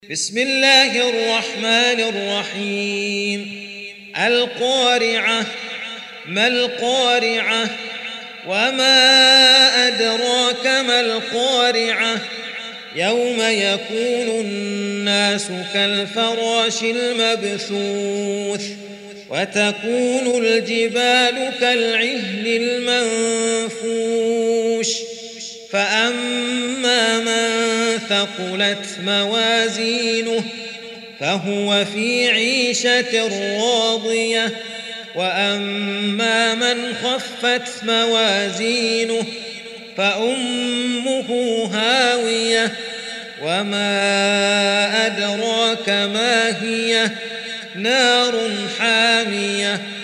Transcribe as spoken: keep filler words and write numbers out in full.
بسم الله الرحمن الرحيم. القارعة. ما القارعة؟ وما أدراك ما القارعة؟ يوم يكون الناس كالفراش المبثوث وتكون الجبال كالعهن المنفوش فأما من ثقلت موازينه فهو في عيشة راضية وأما من خفت موازينه فأمه هاوية وما أدراك ما هي نار حامية